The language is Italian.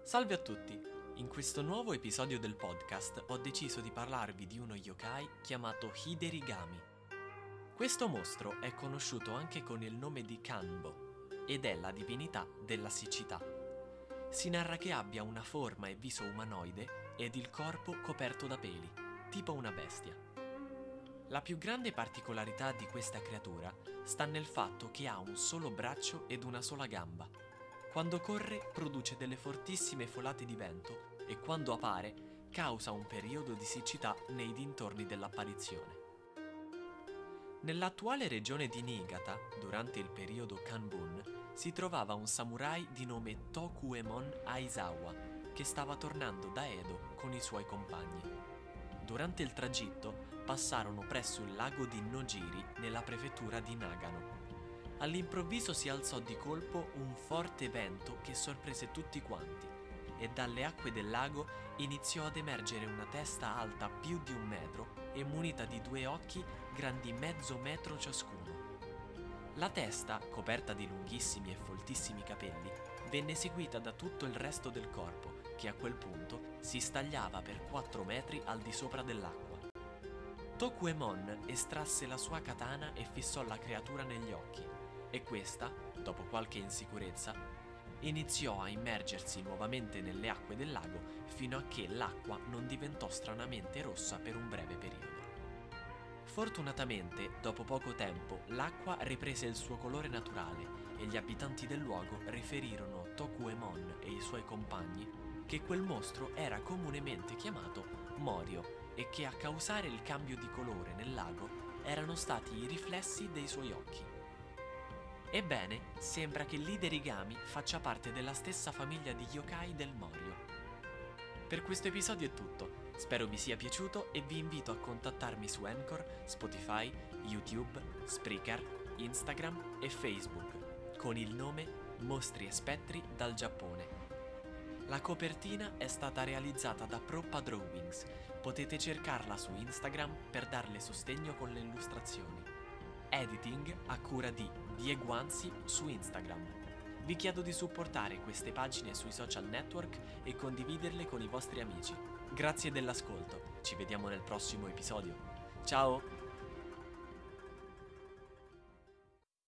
Salve a tutti! In questo nuovo episodio del podcast ho deciso di parlarvi di uno yokai chiamato Hiderigami. Questo mostro è conosciuto anche con il nome di Kanbo ed è la divinità della siccità. Si narra che abbia una forma e viso umanoide ed il corpo coperto da peli, tipo una bestia. La più grande particolarità di questa creatura sta nel fatto che ha un solo braccio ed una sola gamba. Quando corre produce delle fortissime folate di vento e quando appare causa un periodo di siccità nei dintorni dell'apparizione. Nell'attuale regione di Niigata, durante il periodo Kanbun, si trovava un samurai di nome Tokuemon Aizawa che stava tornando da Edo con i suoi compagni. Durante il tragitto passarono presso il lago di Nojiri nella prefettura di Nagano. All'improvviso si alzò di colpo un forte vento che sorprese tutti quanti e dalle acque del lago iniziò ad emergere una testa alta più di 1 metro e munita di 2 occhi grandi mezzo metro ciascuno. La testa, coperta di lunghissimi e foltissimi capelli, venne seguita da tutto il resto del corpo che a quel punto si stagliava per 4 metri al di sopra dell'acqua. Tokuemon estrasse la sua katana e fissò la creatura negli occhi. E questa, dopo qualche insicurezza, iniziò a immergersi nuovamente nelle acque del lago fino a che l'acqua non diventò stranamente rossa per un breve periodo. Fortunatamente, dopo poco tempo, l'acqua riprese il suo colore naturale e gli abitanti del luogo riferirono a Tokuemon e i suoi compagni che quel mostro era comunemente chiamato Morio e che a causare il cambio di colore nel lago erano stati i riflessi dei suoi occhi. Ebbene, sembra che l'Hiderigami faccia parte della stessa famiglia di yokai del Morio. Per questo episodio è tutto, spero vi sia piaciuto e vi invito a contattarmi su Anchor, Spotify, YouTube, Spreaker, Instagram e Facebook con il nome Mostri e Spettri dal Giappone. La copertina è stata realizzata da Proppa Drawings, potete cercarla su Instagram per darle sostegno con le illustrazioni. Editing a cura di Diego Anzi su Instagram. Vi chiedo di supportare queste pagine sui social network e condividerle con i vostri amici. Grazie dell'ascolto, ci vediamo nel prossimo episodio. Ciao!